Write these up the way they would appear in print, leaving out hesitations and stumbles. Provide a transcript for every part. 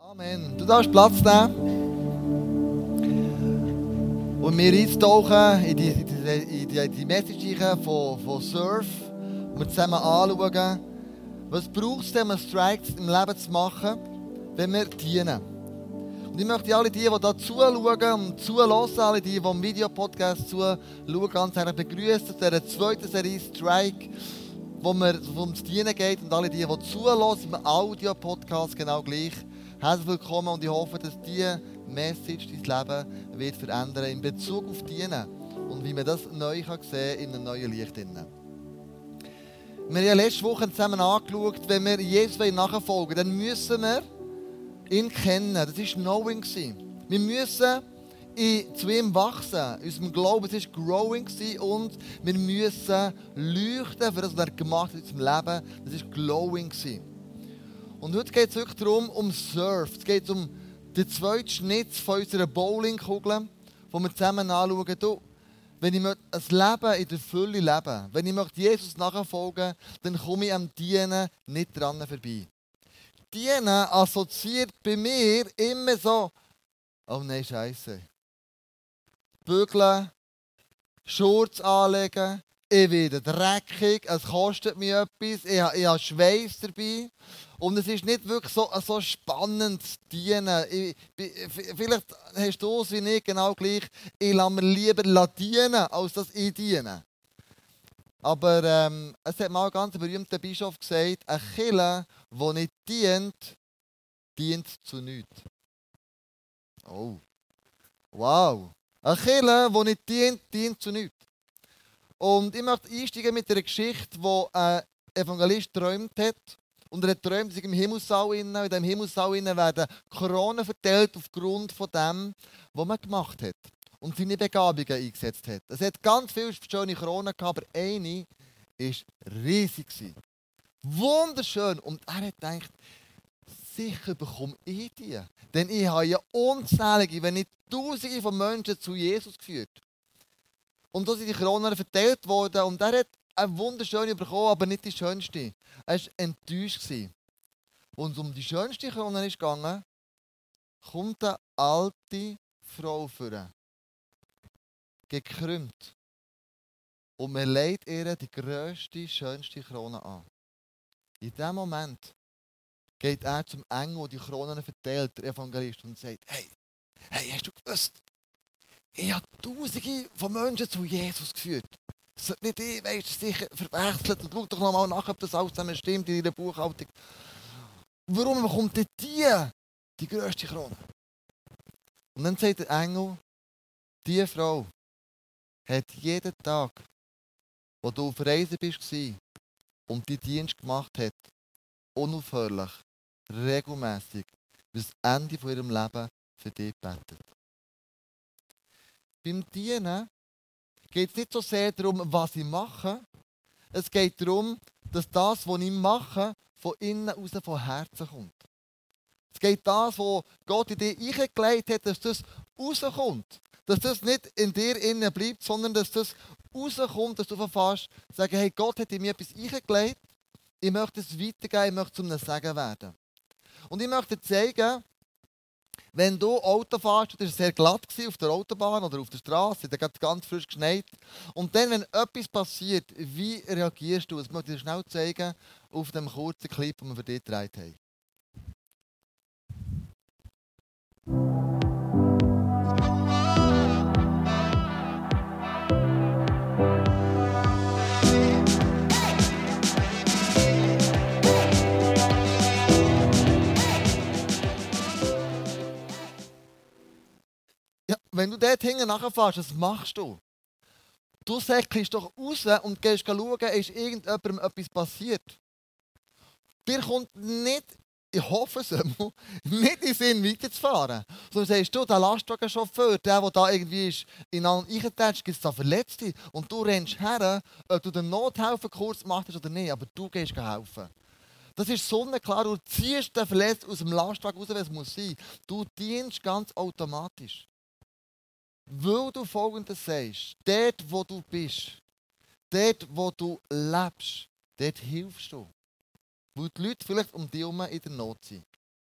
Amen. Du darfst Platz nehmen und wir eintauchen in die Message von Surf und wir zusammen anschauen, was braucht es denn, um Strikes im Leben zu machen, wenn wir dienen. Und ich möchte alle die hier zuschauen und zuhören, alle die im Videopodcast zuschauen, ganz herzlich begrüßen zu dieser zweiten Serie Strike, wo es ums Dienen geht. Und alle die zuhören im Audio-Podcast genau gleich. Herzlich willkommen und ich hoffe, dass diese Message dein Leben wird verändern in Bezug auf Dienen und wie man das neu kann sehen in einem neuen Licht. Wir haben ja letzte Woche zusammen angeschaut, wenn wir Jesus nachfolgen wollen, dann müssen wir ihn kennen. Das war Knowing. Wir müssen zu ihm wachsen. Unser Glauben war Growing und wir müssen leuchten für das, was er gemacht hat in unserem Leben. Das war Glowing. Und heute geht es wirklich darum, um Surf. Es geht um den zweiten Schnitt von unserer Bowlingkugel, wo wir zusammen anschauen. Du, wenn ich ein Leben in der Fülle leben, wenn ich Jesus nachfolgen, dann komme ich am Dienen nicht dran vorbei. Dienen assoziiert bei mir immer so, oh nein, Scheiße. Bügeln, Schurz anlegen, ich werde dreckig, es kostet mich etwas, ich habe Schweiß dabei. Und es ist nicht wirklich so spannend zu dienen. Vielleicht hast du es wie ich genau gleich, ich lasse mir lieber dienen, als dass ich diene. Aber es hat mal ein ganz berühmter Bischof gesagt, eine Kirche, die nicht dient, dient zu nichts. Oh, wow. Eine Kirche, die nicht dient, dient zu nichts. Und ich möchte einsteigen mit einer Geschichte, die ein Evangelist geträumt hat. Und er hat geträumt, dass im Himmelssaal innen, in diesem Himmelssaal innen werden Kronen verteilt aufgrund von dem, was man gemacht hat. Und seine Begabungen eingesetzt hat. Es hat ganz viele schöne Kronen gehabt, aber eine war riesig. Wunderschön. Und er hat gedacht, sicher bekomme ich die. Denn ich habe ja unzählige, wenn nicht Tausende von Menschen zu Jesus geführt. Und so sind die Kronen verteilt worden. Und er hat eine wunderschöne bekommen, aber nicht die schönste. Er war enttäuscht. Und um die schönste Krone ist gegangen, kommt eine alte Frau vor. Gekrümmt. Und man legt ihr die grösste, schönste Krone an. In dem Moment geht er zum Engel, der die Kronen verteilt, der Evangelist, und sagt, hey, hast du gewusst? Ich habe Tausende von Menschen zu Jesus geführt. Das sollte nicht ich, weißt du, sicher verwechselt. Und schau doch noch mal nach, ob das alles zusammen stimmt in deiner Buchhaltung. Warum bekommt denn die grösste Krone? Und dann sagt der Engel, diese Frau hat jeden Tag, wo du auf Reise warst und die Dienst gemacht hat, unaufhörlich, regelmässig, bis das Ende von ihrem Leben für dich betet. Beim Dienen geht es nicht so sehr darum, was ich mache. Es geht darum, dass das, was ich mache, von innen raus, von Herzen kommt. Es geht das, was Gott in dir eingelegt hat, dass das rauskommt. Dass das nicht in dir innen bleibt, sondern dass das rauskommt, dass du verfasst, sagen, hey, Gott hat in mir etwas eingelegt, ich möchte es weitergeben, ich möchte zu einem Segen werden. Und ich möchte dir zeigen, wenn du Auto fährst, das war sehr glatt auf der Autobahn oder auf der Straße, da hat ganz frisch geschneit. Und dann, wenn etwas passiert, wie reagierst du? Das möchte ich dir schnell zeigen auf dem kurzen Clip, den wir für dich gedreht haben. Ja, wenn du dort hinten nachfährst, was machst du? Du säckelst doch raus und gehst schauen, ist irgendjemandem etwas passiert. Dir kommt nicht, ich hoffe es einmal, nicht in den Sinn weiterzufahren. Sondern sagst du, der Lastwagenchauffeur, der da irgendwie ist, in einen eingetatscht, gibt es da Verletzte. Und du rennst her, ob du den Nothelferkurs machst oder nicht, aber du gehst helfen. Das ist sonnenklar, du ziehst den Verletzten aus dem Lastwagen raus, wenn es muss sein. Du dienst ganz automatisch. Weil du Folgendes sagst, dort wo du bist, dort wo du lebst, dort hilfst du. Weil die Leute vielleicht um dich herum in der Not sind.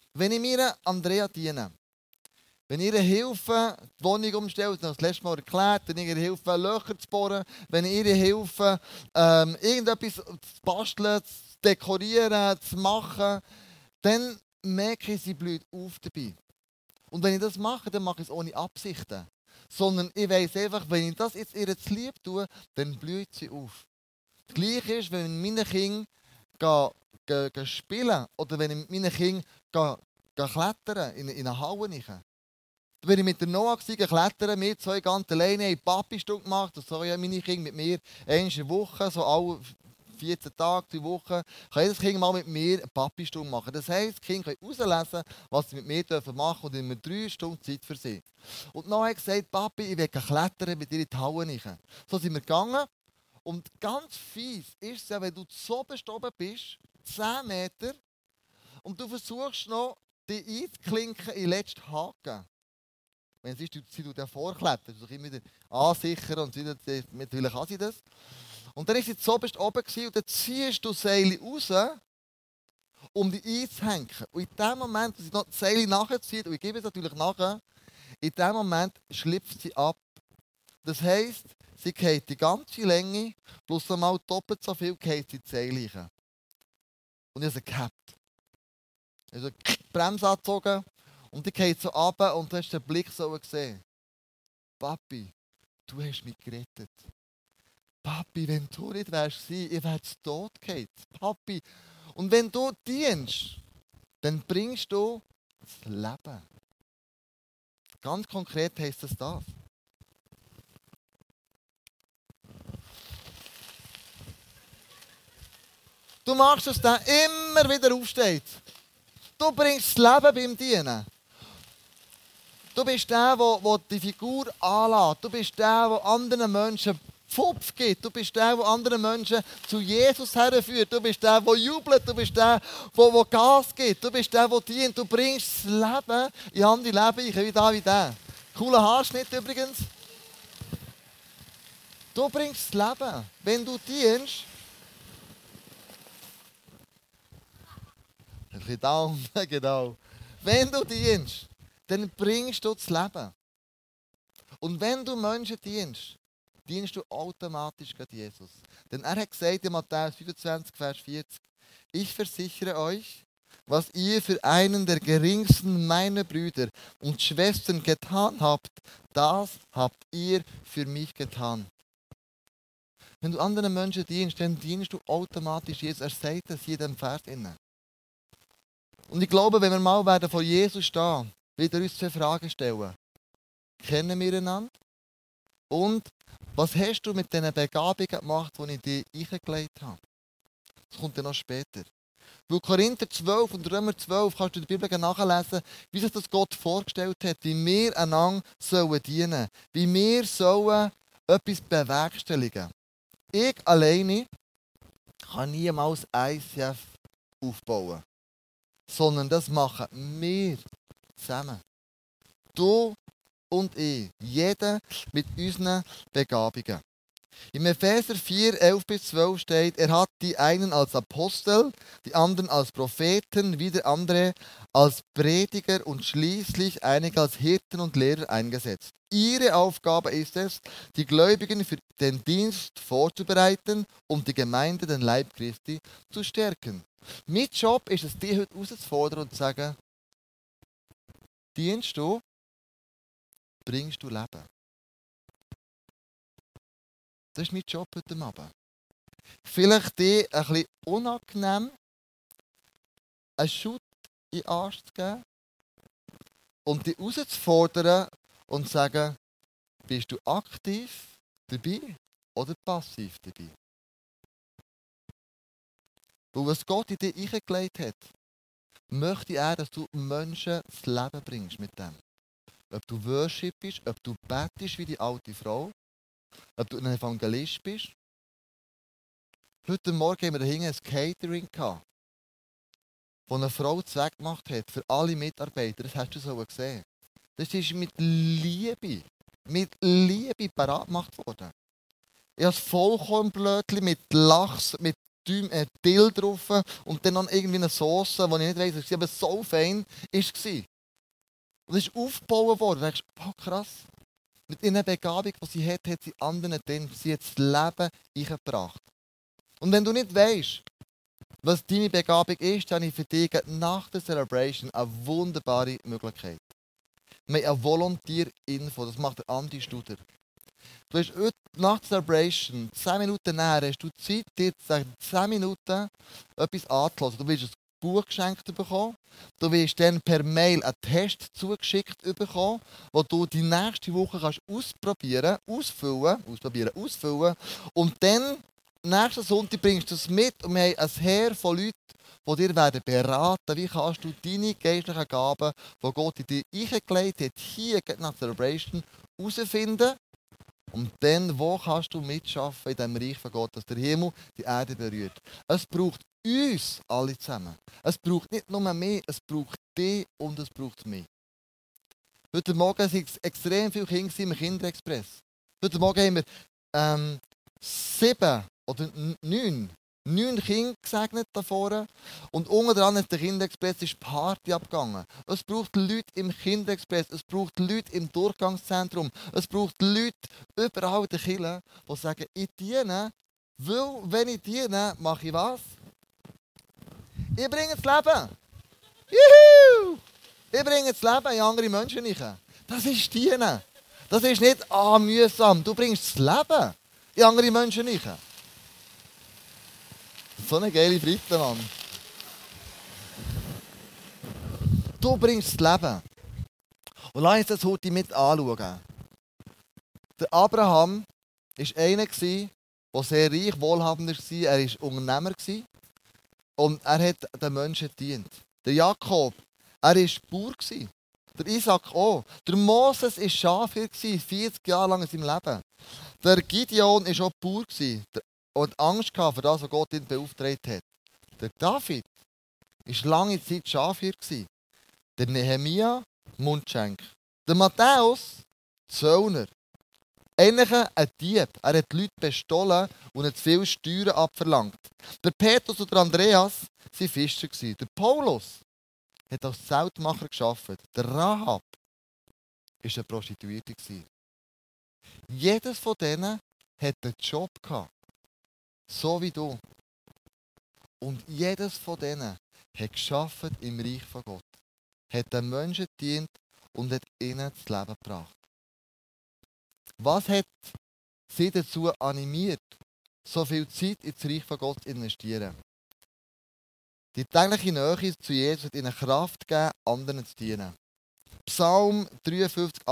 Wenn ich mir Andrea diene, wenn ihr helfe, die Wohnung umstellen, das habe ich das letzte Mal erklärt, wenn ihr helfe, Löcher zu bohren, wenn ihr helfe, irgendetwas zu basteln, zu dekorieren, zu machen, dann merke ich, sie blüht auf dabei. Und wenn ich das mache, dann mache ich es ohne Absichten. Sondern ich weiss einfach, wenn ich das jetzt ihr zu lieb tue, dann blüht sie auf. Das Gleiche ist, wenn meine Kinder spielen oder wenn ich mit meinen Kindern klettern in eine Halle rein. Wenn ich mit der Noah klettern, wir zwei ganz alleine, haben Papi-Stunde gemacht, das so ja meine Kinder mit mir einmal in der Woche, so alle 14 Tage, 3 Wochen, kann jedes Kind mal mit mir eine Papi-Stunde machen. Das heisst, die Kinder können herauslesen, was sie mit mir machen dürfen und immer 3 Stunden Zeit für sie. Und Noah hat gesagt, Papi, ich will klettern mit dir in die Halle rein. So sind wir gegangen. Und ganz fies ist es ja, wenn du so oben bist, 10 Meter, und du versuchst noch, dich einzuklinken in den letzten Haken. Wenn es ist, sie tut vorklettern, du immer wieder ansichern und natürlich kann sie das. Und dann war sie so oben und dann ziehst du das Seil raus, um dich einzuhängen. Und in dem Moment, wo sie noch das Seil nachzieht, und ich gebe es natürlich nachher, in dem Moment schlüpft sie ab. Das heisst, sie geht die ganze Länge, plus einmal doppelt so viel geht sie ins Seil rein. Und ich habe sie gehabt. Ich habe die Bremse angezogen und die geht so runter und du hast den Blick so gesehen. Papi, du hast mich gerettet. Papi, wenn du nicht wärst, ich wäre zu Tod gegangen. Papi, und wenn du dienst, dann bringst du das Leben. Ganz konkret heisst das. Du machst, dass der immer wieder aufsteht. Du bringst das Leben beim Dienen. Du bist der, der die Figur anlässt. Du bist der, der anderen Menschen Pfupf gibt. Du bist der anderen Menschen zu Jesus herführt. Du bist der, der jubelt. Du bist der, der Gas gibt. Du bist der, der dient. Du bringst das Leben in andere Leben, wie der. Cooler Haarschnitt übrigens. Du bringst das Leben. Wenn du dienst, ein bisschen down, genau. Wenn du dienst, dann bringst du das Leben. Und wenn du Menschen dienst du automatisch Gott Jesus. Denn er hat gesagt in Matthäus 25, Vers 40, ich versichere euch, was ihr für einen der geringsten meiner Brüder und Schwestern getan habt, das habt ihr für mich getan. Wenn du anderen Menschen dienst, dann dienst du automatisch Jesus. Er sagt das hier in diesem Vers. Und ich glaube, wenn wir mal werden vor Jesus stehen, wird er uns 2 Fragen stellen. Kennen wir einander? Und was hast du mit diesen Begabungen gemacht, die ich dir eingelegt habe? Das kommt dann noch später. Weil Korinther 12 und Römer 12 kannst du in der Bibel nachlesen, wie sich das Gott vorgestellt hat, wie wir einander dienen sollen, wie wir sollen etwas bewerkstelligen. Ich alleine kann niemals ICF aufbauen, sondern das machen wir zusammen. Du und ich, jeder mit unseren Begabungen. Im Epheser 4, 11-12 steht, er hat die einen als Apostel, die anderen als Propheten, wieder andere als Prediger und schließlich einige als Hirten und Lehrer eingesetzt. Ihre Aufgabe ist es, die Gläubigen für den Dienst vorzubereiten und die Gemeinde, den Leib Christi, zu stärken. Mein Job ist es, dich heute herauszufordern und zu sagen, dienst du, bringst du Leben. Das ist mein Job heute Abend. Vielleicht dir ein bisschen unangenehm, einen Schutt in den Arsch zu geben und dich herauszufordern und zu sagen, bist du aktiv dabei oder passiv dabei? Weil was Gott in dir eingelegt hat, möchte er, dass du Menschen das Leben bringst mit dem. Ob du worshipst, ob du betest wie die alte Frau, ob du ein Evangelist bist. Heute Morgen haben wir dahinten ein Catering gehabt, wo eine Frau Zweck gemacht hat für alle Mitarbeiter. Das hast du so gesehen. Das ist mit Liebe parat gemacht worden. Ich habe das Vollkornblötchen mit Lachs, mit Dill drauf und dann noch irgendwie eine Sauce, die ich nicht weiss, aber so fein war. Und es ist aufgebaut worden. Du denkst, oh krass. Mit ihrer Begabung, die sie hat, hat sie anderen drin. Sie hat das Leben eingebracht. Und wenn du nicht weißt, was deine Begabung ist, dann habe ich für dich nach der Celebration eine wunderbare Möglichkeit. Wir haben eine Volunteer-Info, das macht der Andi Studer. Du hast heute nach der Celebration 10 Minuten näher, hast du Zeit, dir 10 Minuten etwas anzuhören. Du wirst ein Buch geschenkt bekommen. Du wirst dann per Mail einen Test zugeschickt bekommen, den du die nächste Woche kannst ausfüllen. Und dann, nächsten Sonntag bringst du es mit und wir haben ein Heer von Leuten, die dir beraten werden, wie kannst du deine geistlichen Gaben, die Gott in dir eingelegt hat, hier nach der Celebration herausfinden. Und dann, wo kannst du mitschaffen in diesem Reich von Gott, dass der Himmel die Erde berührt. Es braucht uns alle zusammen. Es braucht nicht nur mich, es braucht dich und es braucht mich. Heute Morgen waren es extrem viele Kinder im Kinderexpress. Heute Morgen haben wir 7 oder 9 Kinder gesegnet da vorne. Und unten dran ist der Kinderexpress ist Party abgegangen. Es braucht Leute im Kinderexpress, es braucht Leute im Durchgangszentrum, es braucht Leute überall in der Kirche, die sagen, ich diene, weil wenn ich diene, mache ich was? Ich bringe das Leben. Juhu! Ich bringe das Leben in andere Menschen rein. Das ist dienen. Das ist nicht mühsam. Du bringst das Leben in andere Menschen rein. So eine geile Fritte, Mann. Du bringst das Leben. Und lass uns das heute mit anschauen. Der Abraham war einer, der sehr reich, wohlhabend war. Er war Unternehmer. Und er hat den Menschen gedient. Der Jakob, er war Bauer. Der Isaac auch. Der Moses war Schafhirt, 40 Jahre lang in seinem Leben. Der Gideon war auch Bauer und Angst hatte für das, was Gott ihn beauftragt hat. Der David war lange Zeit Schafhirt. Der Nehemia, Mundschenk. Der Matthäus, Zöllner. Eigentlich ein Dieb. Er hat Leute bestohlen und hat zu viel Steuern abverlangt. Der Petrus und der Andreas waren Fischer. Der Paulus hat als Zeltmacher gearbeitet. Der Rahab war eine Prostituierte. Jedes von denen hat einen Job gehabt. So wie du. Und jedes von denen hat gearbeitet im Reich von Gott. Hat den Menschen gedient und hat ihnen das Leben gebracht. Was hat sie dazu animiert, so viel Zeit ins Reich von Gott zu investieren? Die tägliche Nähe zu Jesus hat ihnen Kraft gegeben, anderen zu dienen. Psalm 73,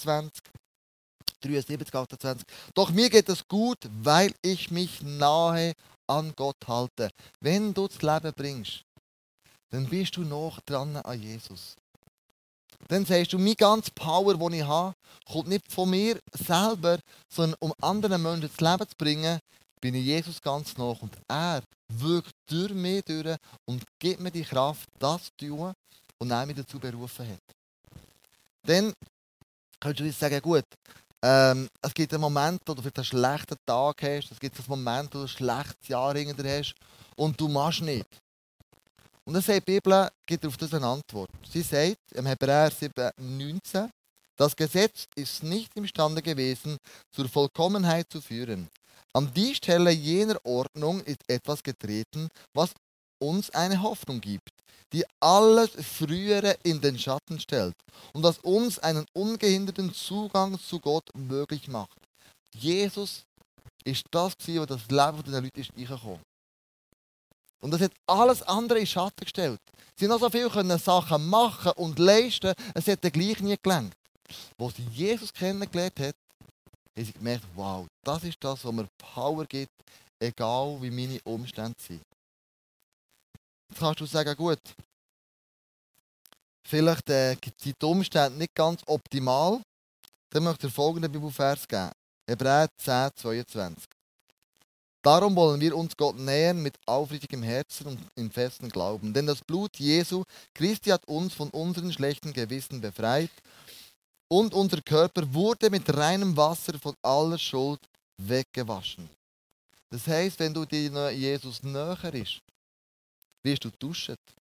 28. Doch mir geht es gut, weil ich mich nahe an Gott halte. Wenn du das Leben bringst, dann bist du noch dran an Jesus. Dann sagst du, meine ganze Power, die ich habe, kommt nicht von mir selber, sondern um anderen Menschen das Leben zu bringen, bin ich Jesus ganz nach. Und er wirkt durch mich durch und gibt mir die Kraft, das zu tun, und er mich dazu berufen hat. Dann könntest du sagen, gut, es gibt einen Moment, wo du vielleicht einen schlechten Tag hast, es gibt einen Moment, wo du ein schlechtes Jahr hinter hast und du machst nicht. Und dann sagt die Bibel, gibt auf das eine Antwort. Sie sagt im Hebräer 7,19, das Gesetz ist nicht imstande gewesen, zur Vollkommenheit zu führen. An die Stelle jener Ordnung ist etwas getreten, was uns eine Hoffnung gibt, die alles Frühere in den Schatten stellt und was uns einen ungehinderten Zugang zu Gott möglich macht. Jesus ist das, was das Leben dieser Leute ist reingekommen. Und das hat alles andere in Schatten gestellt. Sie haben noch so viele Sachen machen und leisten, es hat gleich nie gelangt. Als sie Jesus kennengelernt hat, haben sie gemerkt, wow, das ist das, was mir Power gibt, egal wie meine Umstände sind. Jetzt kannst du sagen, gut, vielleicht sind die Umstände nicht ganz optimal. Dann möchte ich dir folgenden Bibelvers geben. Hebräer 10, 22. Darum wollen wir uns Gott nähern mit aufrichtigem Herzen und im festen Glauben. Denn das Blut Jesu Christi hat uns von unseren schlechten Gewissen befreit und unser Körper wurde mit reinem Wasser von aller Schuld weggewaschen. Das heisst, wenn du dir Jesus näher bist, wirst du duschen.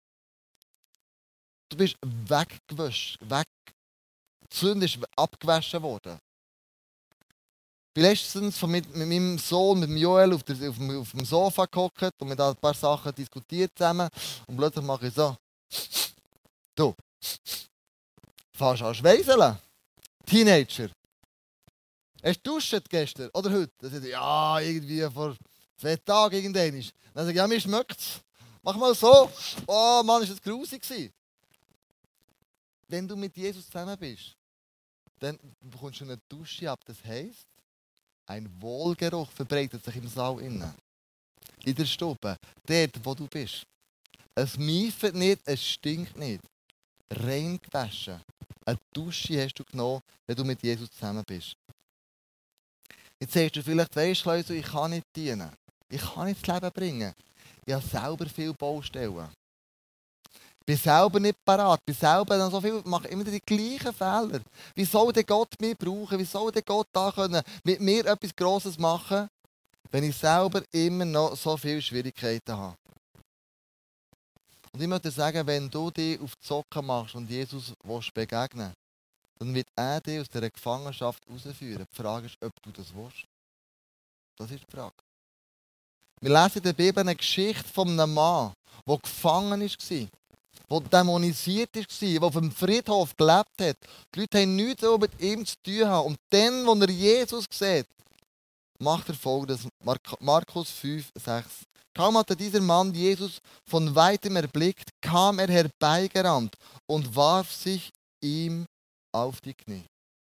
Du bist weggewaschen, die Sünde ist abgewaschen worden. Ich bin letztens mit meinem Sohn, mit Joel, auf dem Sofa gehockt und wir da ein paar Sachen diskutiert zusammen. Und plötzlich mache ich so. Du, fährst an schweiseln? Teenager. Hast du geduscht gestern oder heute? Dann sagt er, ja, irgendwie vor 2 Tagen irgendwann. Dann sage ich, ja, mir schmeckt's. Mach mal so. Oh Mann, ist das grusig gewesen. Wenn du mit Jesus zusammen bist, dann bekommst du eine Dusche ab. Das heisst, ein Wohlgeruch verbreitet sich im Saal innen. In der Stube, dort, wo du bist. Es mieft nicht, es stinkt nicht. Rein gewaschen. Eine Dusche hast du genommen, wenn du mit Jesus zusammen bist. Jetzt sagst du vielleicht, weisst du, ich kann nicht dienen. Ich kann nicht das Leben bringen. Ich habe selber viele Baustellen. Ich bin selber nicht parat. Ich bin selber noch so viel, mache immer die gleichen Fehler. Wie soll denn Gott mich brauchen? Wie soll denn Gott da können mit mir etwas Grosses machen, wenn ich selber immer noch so viele Schwierigkeiten habe? Und ich möchte sagen, wenn du dich auf die Socken machst und Jesus begegnen willst, dann wird er dich aus dieser Gefangenschaft herausführen. Die Frage ist, ob du das willst. Das ist die Frage. Wir lesen in der Bibel eine Geschichte von einem Mann, der gefangen war, der dämonisiert war, der auf dem Friedhof gelebt hat. Die Leute haben nichts mit ihm zu tun haben. Und dann, als er Jesus sieht, macht er Folgendes. Markus 5, 6. Kaum hatte dieser Mann Jesus von weitem erblickt, kam er herbeigerannt und warf sich ihm auf die Knie.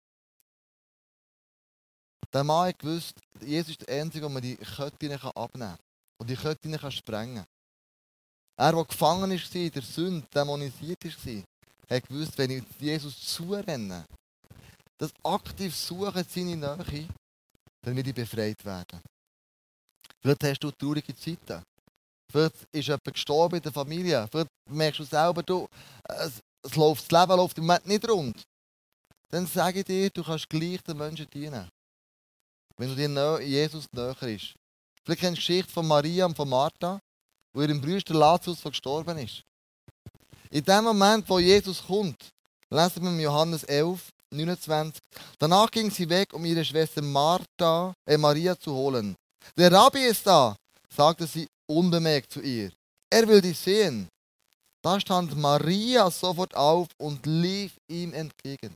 Der Mann hat gewusst, Jesus ist der Einzige, der man die Ketten abnehmen kann und die Ketten sprengen kann. Er, der gefangen war in der Sünde, dämonisiert war, hat gewusst, wenn ich Jesus zurenne, das aktiv suchen seine Nähe, dann wird ich befreit werden. Vielleicht hast du traurige Zeiten. Vielleicht ist jemand gestorben in der Familie. Vielleicht merkst du selber, das Leben läuft im Moment nicht rund. Dann sage ich dir, du kannst gleich den Menschen dienen. Wenn du dir Jesus näher bist. Vielleicht kennst du die Geschichte von Maria und von Martha, wo ihrem Bruder Lazarus gestorben ist. In dem Moment, wo Jesus kommt, lesen wir in Johannes 11, 29. Danach ging sie weg, um ihre Schwester Maria zu holen. Der Rabbi ist da, sagte sie unbemerkt zu ihr. Er will dich sehen. Da stand Maria sofort auf und lief ihm entgegen.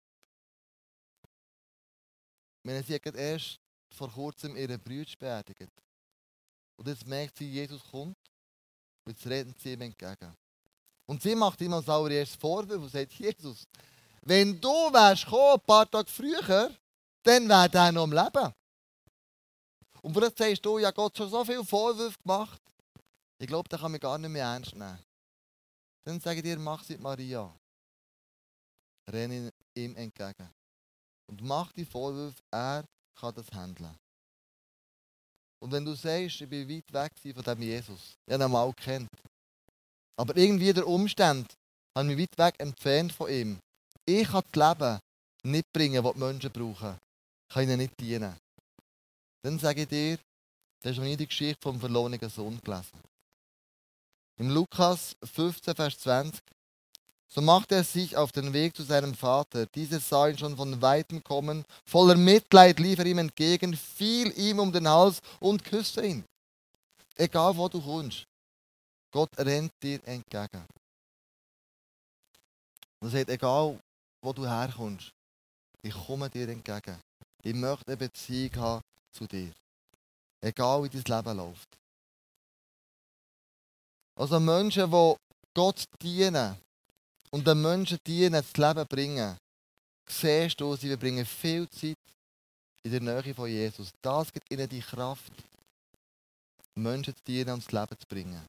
Sie hat erst vor kurzem ihren Bruder beerdigt. Und jetzt merkt sie, Jesus kommt und jetzt redet sie ihm entgegen. Und sie macht ihm als allererstes Vorwürfe und sagt, Jesus, wenn du wärst gekommen, ein paar Tage früher, dann wäre er noch am Leben. Und vielleicht sagst du, ja Gott schon so viele Vorwürfe gemacht. Ich glaube, der kann mich gar nicht mehr ernst nehmen. Dann sage ich dir, mach sie Maria. Renne ihm entgegen. Und mach die Vorwürfe, er kann das handeln. Und wenn du sagst, ich bin weit weg von diesem Jesus, ich habe ihn mal gekannt, aber irgendwie der Umstand hat mich weit weg entfernt von ihm. Ich kann das Leben nicht bringen, was die Menschen brauchen. Ich kann ihnen nicht dienen. Dann sage ich dir, du hast noch nie die Geschichte vom verlorenen Sohn gelesen. Im Lukas 15, Vers 20. So machte er sich auf den Weg zu seinem Vater. Dieser sah ihn schon von Weitem kommen. Voller Mitleid lief er ihm entgegen, fiel ihm um den Hals und küsste ihn. Egal wo du kommst, Gott rennt dir entgegen. Und er sagt, egal wo du herkommst, ich komme dir entgegen. Ich möchte eine Beziehung haben zu dir. Egal wie dein Leben läuft. Also Menschen, die Gott dienen und den Menschen dienen, das Leben bringen, siehst du, sie verbringen viel Zeit in der Nähe von Jesus. Das gibt ihnen die Kraft, Menschen zu dienen und das Leben zu bringen.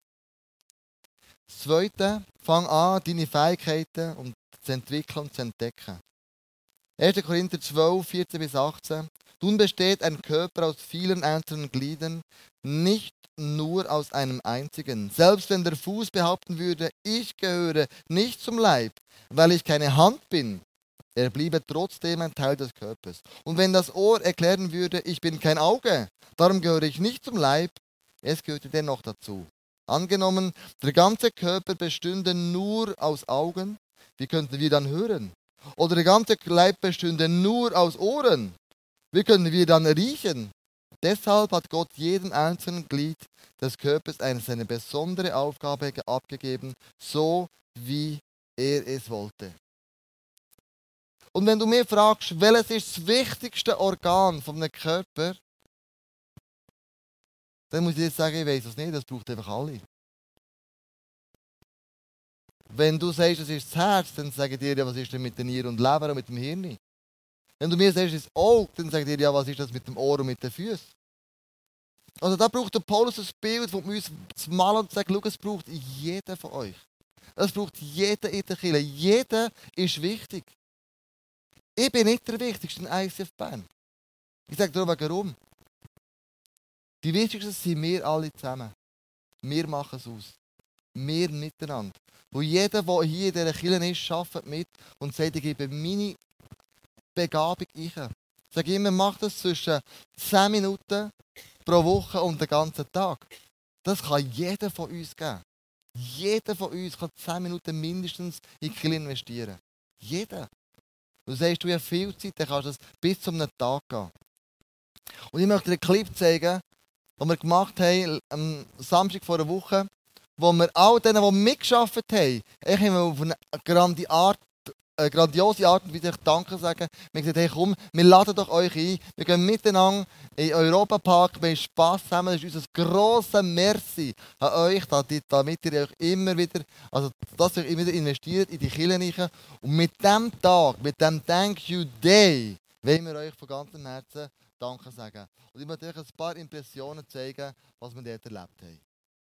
Das Zweite, fang an, deine Fähigkeiten zu entwickeln und zu entdecken. 1. Korinther 12, 14 bis 18. Nun besteht ein Körper aus vielen einzelnen Gliedern, nicht nur aus einem einzigen. Selbst wenn der Fuß behaupten würde, ich gehöre nicht zum Leib, weil ich keine Hand bin, Er bliebe trotzdem ein Teil des Körpers. Und wenn das Ohr erklären würde, ich bin kein Auge, darum gehöre ich nicht zum Leib, es gehörte dennoch dazu. Angenommen, der ganze Körper bestünde nur aus Augen, wie könnten wir dann hören? Oder der ganze Leib bestünde nur aus Ohren, wie können wir dann riechen? Deshalb hat Gott jedem einzelnen Glied des Körpers seine besondere Aufgabe abgegeben, so wie er es wollte. Und wenn du mich fragst, welches ist das wichtigste Organ von einem Körper, dann muss ich jetzt sagen, ich weiß es nicht, das braucht einfach alle. Wenn du sagst, es ist das Herz, dann sage ich dir, ja, was ist denn mit der Niere und Leber und mit dem Hirn? Wenn du mir sagst, es ist das Auge, dann sage ich dir, ja, was ist das mit dem Ohr und mit den Füßen? Also da braucht der Paulus ein Bild, das uns zu malen und zu sagen, schau, es braucht jeder von euch. Es braucht jeder in der Kirche. Jeder ist wichtig. Ich bin nicht der Wichtigste in ICF Bern. Ich sage dir warum. Die Wichtigsten sind wir alle zusammen. Wir machen es aus. Wir miteinander. Wo jeder, der hier in dieser Kirche ist, arbeitet mit und sagt, ich gebe meine Begabung ein. Ich sage immer, mach das zwischen 10 Minuten pro Woche und den ganzen Tag. Das kann jeder von uns geben. Jeder von uns kann 10 Minuten mindestens in die Kirche investieren. Jeder. Du sagst, du hast viel Zeit, dann kannst du das bis zum Tag gehen. Und ich möchte dir einen Clip zeigen, den wir gemacht haben am Samstag vor einer Woche, wo wir all denen, die mitgearbeitet haben, ich auf eine grandiose Art und Weise Danke sagen. Wir haben gesagt, hey komm, wir laden doch euch ein. Wir gehen miteinander in den Europapark, wir haben Spass zusammen. Das ist unser grosses Merci an euch, damit ihr euch immer wieder, also dass ihr immer wieder investiert in die Kirche. Und mit diesem Tag, mit dem Thank You Day, wollen wir euch von ganzem Herzen Danke sagen. Und ich möchte euch ein paar Impressionen zeigen, was wir dort erlebt haben.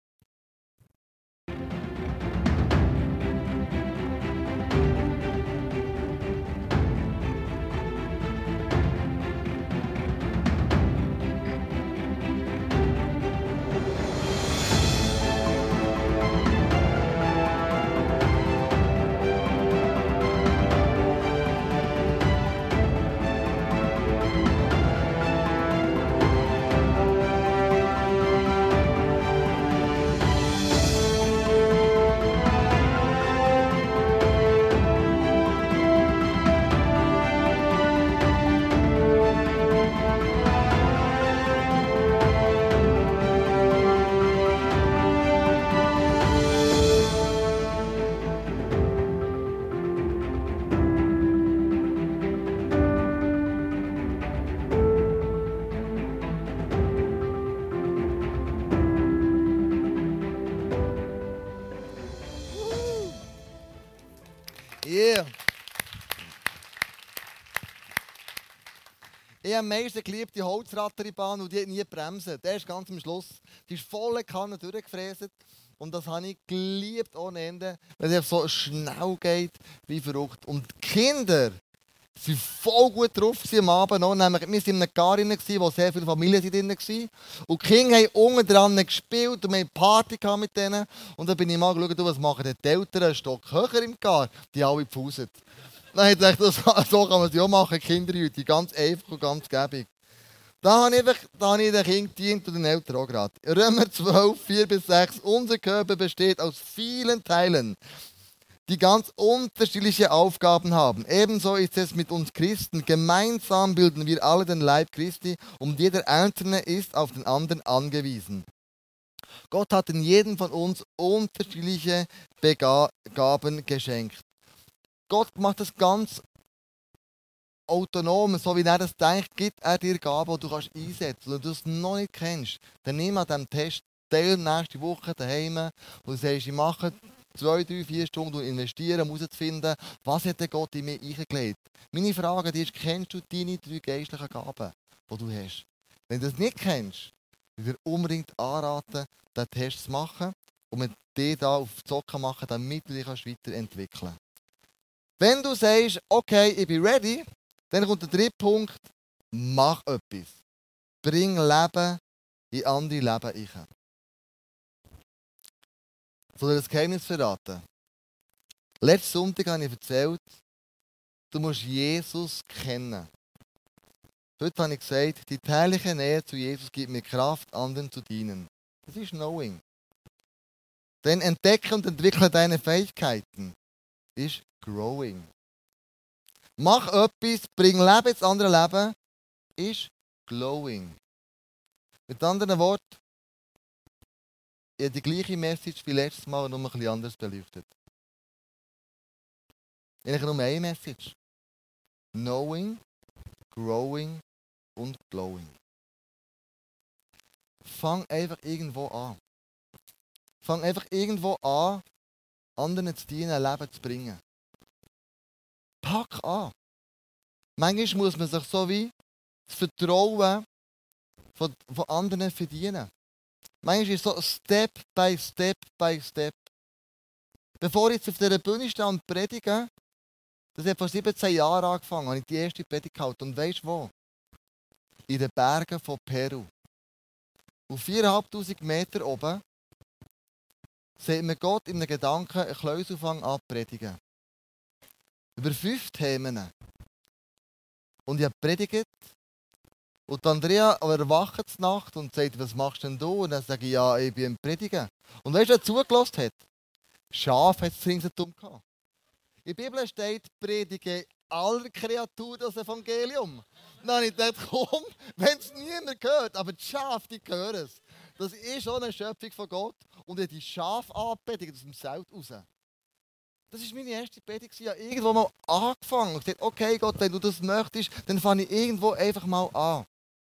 Yeah. Ich habe am meisten geliebt die Holzratteribahn und die hat nie bremsen. Der ist ganz am Schluss. Die ist volle Kanne durchgefräst. Und das habe ich geliebt ohne Ende, weil es so schnell geht wie verrückt. Und die Kinder waren voll gut drauf am Abend noch. Nämlich, wir waren in einem Gar drin, wo sehr viele Familien drin waren. Und die Kinder haben unten dran gespielt und wir hatten Party mit denen. Und dann bin ich mal geschaut, was machen die Eltern einen Stock höher im Gar. Die alle gepfuset. Dann habe ich gedacht, so kann man es auch machen, Kinderhüte. Ganz einfach und ganz gäbig. Da habe ich den Kindern gedient und den Eltern auch gerade. Römer 12, 4-6. Unser Körper besteht aus vielen Teilen, die ganz unterschiedliche Aufgaben haben. Ebenso ist es mit uns Christen. Gemeinsam bilden wir alle den Leib Christi und jeder Einzelne ist auf den anderen angewiesen. Gott hat in jedem von uns unterschiedliche Gaben geschenkt. Gott macht das ganz autonom, so wie er das denkt, gibt er dir Gaben, die du kannst einsetzen kannst. Wenn du das noch nicht kennst, dann nimm an diesem Test teil nächste Woche daheim und du sagst, ich mache 2, 3, 4 Stunden und investiere, um herauszufinden, was hat der Gott in mir eingelegt. Meine Frage ist, kennst du deine 3 geistlichen Gaben, die du hast? Wenn du das nicht kennst, würde ich dir unbedingt anraten, diesen Test zu machen und mit dir da auf die Socken machen, damit du dich weiterentwickeln kannst. Wenn du sagst, okay, ich bin ready, dann kommt der 3. Punkt, mach etwas. Bring Leben in andere Leben rein. Soll ich das Geheimnis verraten? Letzten Sonntag habe ich erzählt, Du musst Jesus kennen. Heute habe ich gesagt, die tägliche Nähe zu Jesus gibt mir Kraft, anderen zu dienen. Das ist Knowing. Dann entdecke und entwickle deine Fähigkeiten. Das ist Growing. Mach etwas, bring Leben ins andere Leben. Das ist Glowing. Mit anderen Worten, ich habe die gleiche Message wie letztes Mal, nur ein bisschen anders beleuchtet. Eigentlich nur eine Message. Knowing, Growing und Glowing. Fang einfach irgendwo an. Fang einfach irgendwo an, anderen zu dienen, ein Leben zu bringen. Pack an. Manchmal muss man sich so wie das Vertrauen von anderen verdienen. Manchmal ist es so Step by Step by Step. Bevor ich jetzt auf dieser Bühne stehe und predige, das hat vor 17 Jahren angefangen, habe ich die erste Predigt gehalten. Und weisst du wo? In den Bergen von Peru. Auf 4'500 Meter oben sieht man Gott in einem Gedanken einen Kleusaufgang anpredigen. Über 5 Themen. Und ich habe predigt. Und Andrea erwacht zur Nacht und sagt, was machst denn du? Und dann sage ich, ja, ich bin am Predigen. Und weißt du, wer zugelassen hat? Schaf hat es ringsherum gehabt. In der Bibel steht, predige aller Kreaturen das Evangelium. Dann habe ich gedacht, komm, wenn es niemand hört, aber die Schafe, die hören es. Das ist schon eine Schöpfung von Gott. Und er die Schafe anpredigt aus dem Zelt raus. Das war meine erste Predigt. Ich habe irgendwo mal angefangen. Ich dachte, okay Gott, wenn du das möchtest, dann fange ich irgendwo einfach mal an.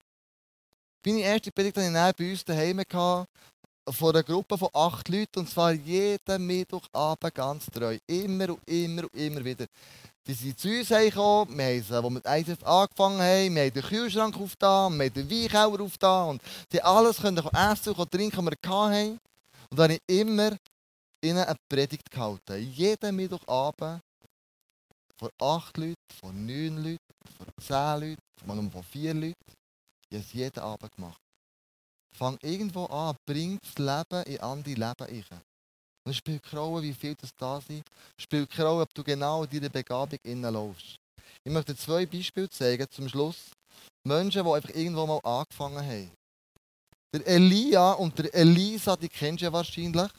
Meine erste Predigt hatte ich dann bei uns daheim gehabt, von einer Gruppe von 8 Leuten. Und zwar jeden Mittwochabend ganz treu. Immer und immer und immer wieder. Die sind zu uns gekommen, wir haben sie, als wir mit ISF angefangen haben, wir haben den Kühlschrank aufgetan, wir haben den Weinkeller aufgetan und die alles können essen und trinken, was wir hatten. Und dann habe ich immer ihnen eine Predigt gehalten. Jeden Mittwochabend vor 8 Leuten, vor 9 Leuten, vor 10 Leuten, manchmal vor 4 Leuten. Ich habe es jeden Abend gemacht. Fang irgendwo an, bring das Leben in andere Leben rein. Und es spielt keine Rolle, wie viel das da sind. Es spielt keine Rolle, ob du genau in deiner Begabung laufst. Ich möchte 2 Beispiele zeigen zum Schluss. Menschen, die einfach irgendwo mal angefangen haben. Der Elia und der Elisa, die kennst du ja wahrscheinlich.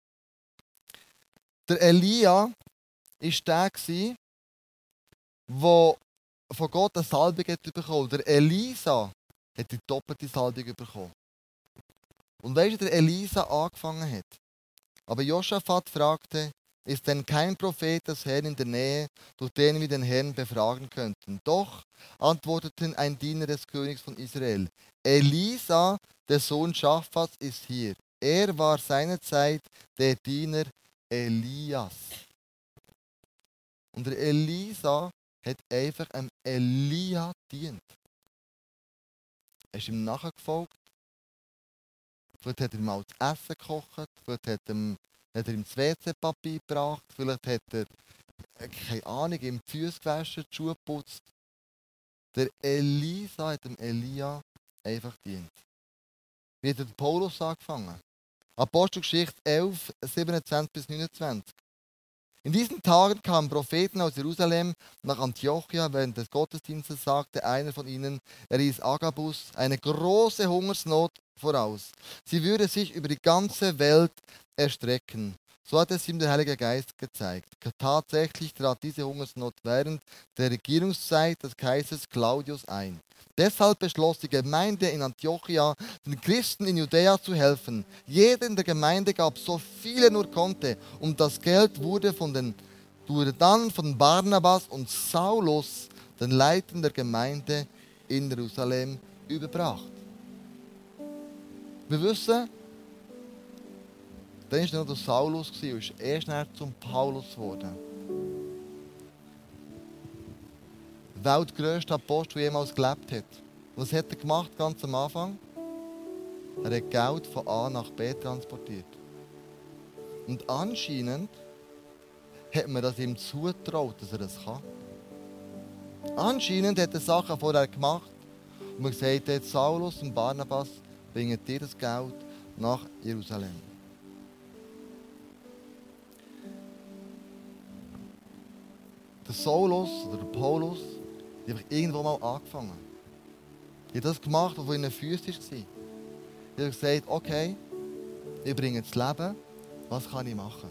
Der Elia war der, der von Gott eine Salbung bekommen hat. Der Elisa hat die doppelte Salbung bekommen. Und weißt du, der Elisa angefangen hat? Aber Josaphat fragte, ist denn kein Prophet des Herrn in der Nähe, durch den wir den Herrn befragen könnten? Doch, antworteten ein Diener des Königs von Israel, Elisa, der Sohn Schaphats, ist hier. Er war seinerzeit der Diener Elias. Und der Elisa hat einfach einem Elia gedient. Er ist ihm nachgefolgt. Vielleicht hat er ihm mal das Essen gekocht, vielleicht hat er ihm das WC-Papier gebracht, vielleicht hat er, keine Ahnung, ihm die Füße gewaschen, die Schuhe geputzt. Der Elisa hat dem Elia einfach gedient. Wie hat der Paulus angefangen? Apostelgeschichte 11, 27 bis 29. In diesen Tagen kamen Propheten aus Jerusalem nach Antiochia. Während des Gottesdienstes sagte einer von ihnen, er hieß Agabus, eine große Hungersnot voraus. Sie würde sich über die ganze Welt erstrecken. So hat es ihm der Heilige Geist gezeigt. Tatsächlich trat diese Hungersnot während der Regierungszeit des Kaisers Claudius ein. Deshalb beschloss die Gemeinde in Antiochia, den Christen in Judäa zu helfen. Jeder in der Gemeinde gab so viel er nur konnte, und das Geld wurde dann von Barnabas und Saulus, den Leitern der Gemeinde in Jerusalem, überbracht. Wir wissen, dann war noch der Saulus und ist erst nachher zum Paulus geworden. Der weltgrösste Apostel, der jemals gelebt hat. Und was hat er gemacht ganz am Anfang? Er hat Geld von A nach B transportiert. Und anscheinend hat man das ihm zugetraut, dass er das kann. Anscheinend hat er Sachen vorher gemacht und man gesagt hat, Saulus und Barnabas bringen dir das Geld nach Jerusalem. Der Saulus oder der Paulus, die haben irgendwo mal angefangen. Die haben das gemacht, was vor ihren Füßen war. Die haben gesagt, okay, ich bringe das Leben, was kann ich machen?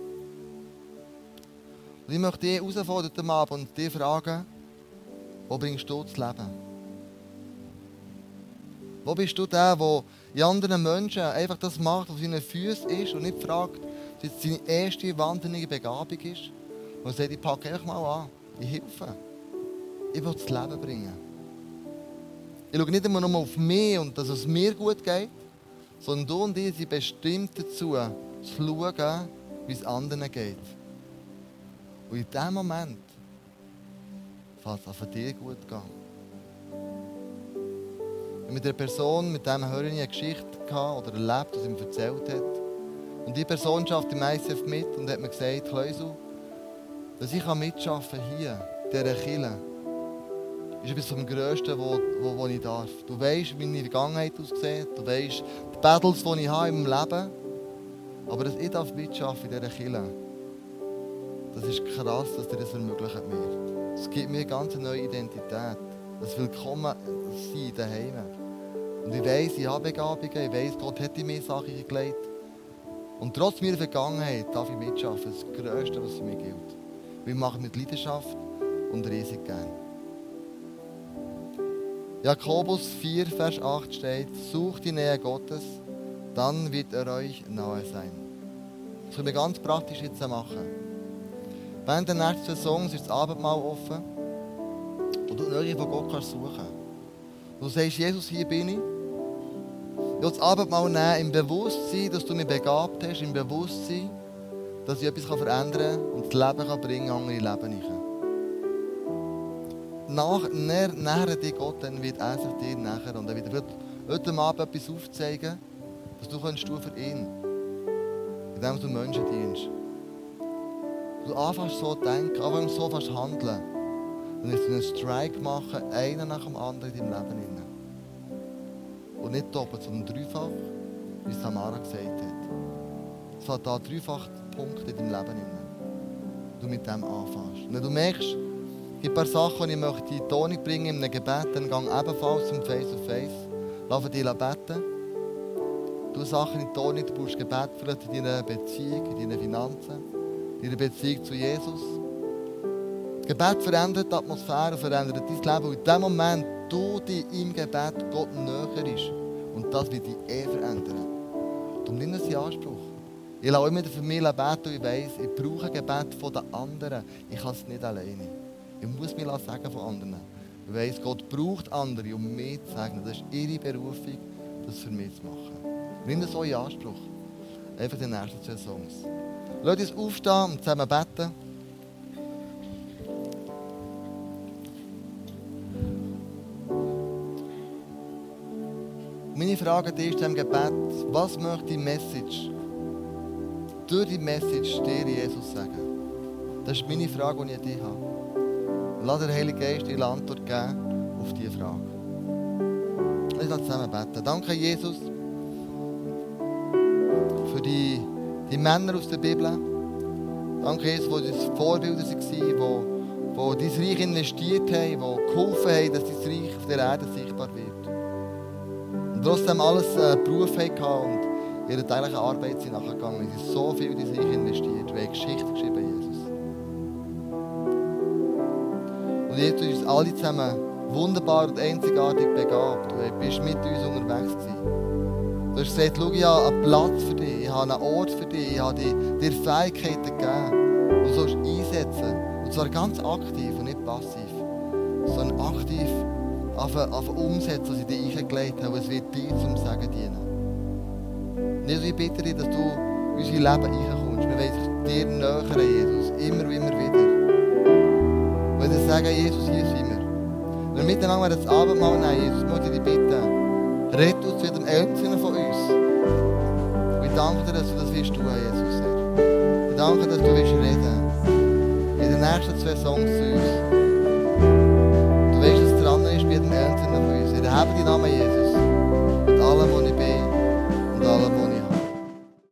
Und ich möchte dich herausfordern heute Abend und dich fragen, wo bringst du das Leben? Wo bist du der, der in anderen Menschen einfach das macht, was auf seinen Füßen ist und nicht fragt, dass es seine erste wahnsinnige Begabung ist? Und sagt, ich packe einfach mal an, ich helfe. Ich will das Leben bringen. Ich schaue nicht immer nur auf mich und dass es mir gut geht, sondern du und ich sind bestimmt dazu, zu schauen, wie es anderen geht. Und in diesem Moment fängt es an, für dich gut zu gehen. Mit der Person, mit der Hörer eine Geschichte gehabt oder erlebt, die sie mir erzählt hat. Und die Person schafft im ICF mit und hat mir gesagt, Kleusel, dass ich mitarbeiten kann hier, in dieser Kirche, ist etwas vom Grössten, was ich darf. Du weisst, wie meine Vergangenheit aussieht, du weisst die Battles, die ich habe in meinem Leben. Aber dass ich mitarbeiten in dieser Kirche, das ist krass, dass dir das ermöglicht mir. Es gibt mir eine ganz neue Identität. Das Willkommen sein daheim. Und ich weiss, ich habe Begabungen, ich weiss, Gott hat in mir Sachen gelegt. Und trotz meiner Vergangenheit darf ich mitarbeiten. Das ist das Grösste, was für mich gilt. Wir machen mit Leidenschaft und riesig gern. Jakobus 4, Vers 8 steht, sucht die Nähe Gottes, dann wird er euch nahe sein. Das können wir ganz praktisch jetzt machen. Während der nächsten Songs ist das Abendmahl offen und du neu von Gott kannst suchen. Du sagst, Jesus, hier bin ich. Ich will das Abendmahl nehmen im Bewusstsein, dass du mich begabt hast, im Bewusstsein, dass ich etwas verändern kann und das Leben bringen kann, andere Leben hinein. Näher dich Gott, dann wird er sich dir näher und er wird heute Abend etwas aufzeigen, dass du für ihn, indem du Menschen dienst. Du anfängst so zu denken, anfängst so fast handeln, dann wirst du einen Strike machen, einen nach dem anderen in deinem Leben. Und nicht doppelt, sondern dreifach, wie Samara gesagt hat. Es hat da dreifach Punkte in deinem Leben. Du mit dem anfängst. Und wenn du merkst, es gibt ein paar Sachen, die ich möchte in die Tonung bringen in einem Gebet, dann gang ebenfalls zum Face-to-Face. Lass dich beten. Du Sachen in die Tonung, du brauchst Gebet für deine Beziehung, in deinen Finanzen, deine Beziehung zu Jesus. Das Gebet verändert die Atmosphäre, verändert dein Leben. Und in dem Moment, du dich im Gebet Gott näher ist. Und das wird dich verändern. Darum nimm es in Anspruch. Ich lasse immer für mich beten und ich weiss, ich brauche ein Gebet von den anderen. Ich kann es nicht alleine. Ich muss mir sagen von anderen. Ich weiss, Gott braucht andere, um mich zu segnen. Das ist ihre Berufung, das für mich zu machen. Nimm das so in Anspruch. Einfach die nächsten 2 Songs. Lass uns aufstehen und zusammen beten. Meine Frage an dich ist im Gebet, was möchte die Message, durch die Message dir Jesus sagen? Das ist meine Frage, die ich an dich habe. Lass der Heilige Geist dir eine Antwort geben auf diese Frage. Lass uns zusammen beten. Danke, Jesus, für die Männer aus der Bibel. Danke, Jesus, die uns Vorbilder waren, die dein Reich investiert haben, die geholfen haben, dass dein Reich auf der Erde sichtbar wird. Und trotzdem alles Beruf hatten und ihrer täglichen Arbeit sind nachgegangen. Sie haben so viel in dein Reich investiert. Wir haben Geschichte geschrieben, Jesus. Und jetzt du uns alle zusammen wunderbar und einzigartig begabt. Du bist mit uns unterwegs gewesen. Du hast gesagt, schau, ich habe einen Platz für dich, ich habe einen Ort für dich, ich habe dir Fähigkeiten gegeben, die du sollst einsetzen. Und zwar ganz aktiv und nicht passiv, sondern aktiv auf umsetzen, was ich dir eingelegt habe, und es wird dir zum Segen dienen. Jesus, ich bitte dich, dass du in unser Leben reinkommst. Wir wollen dir näher, Jesus, immer und immer wieder. Wir wollen sagen, Jesus, hier sind wir. Wenn wir miteinander das Abendmahl nehmen, Jesus, möchte ich dich bitten, red uns zu jedem Einzelnen von uns. Und ich danke dir, dass du das wirst tun, Jesus. Ich danke, dass du wirst reden. In den nächsten 2 Songs zu uns. Du weißt, dass es dran ist bei jedem Einzelnen von uns. Ich erhebe deinen Namen, Jesus. Mit allem, was ich bin und allem, was ich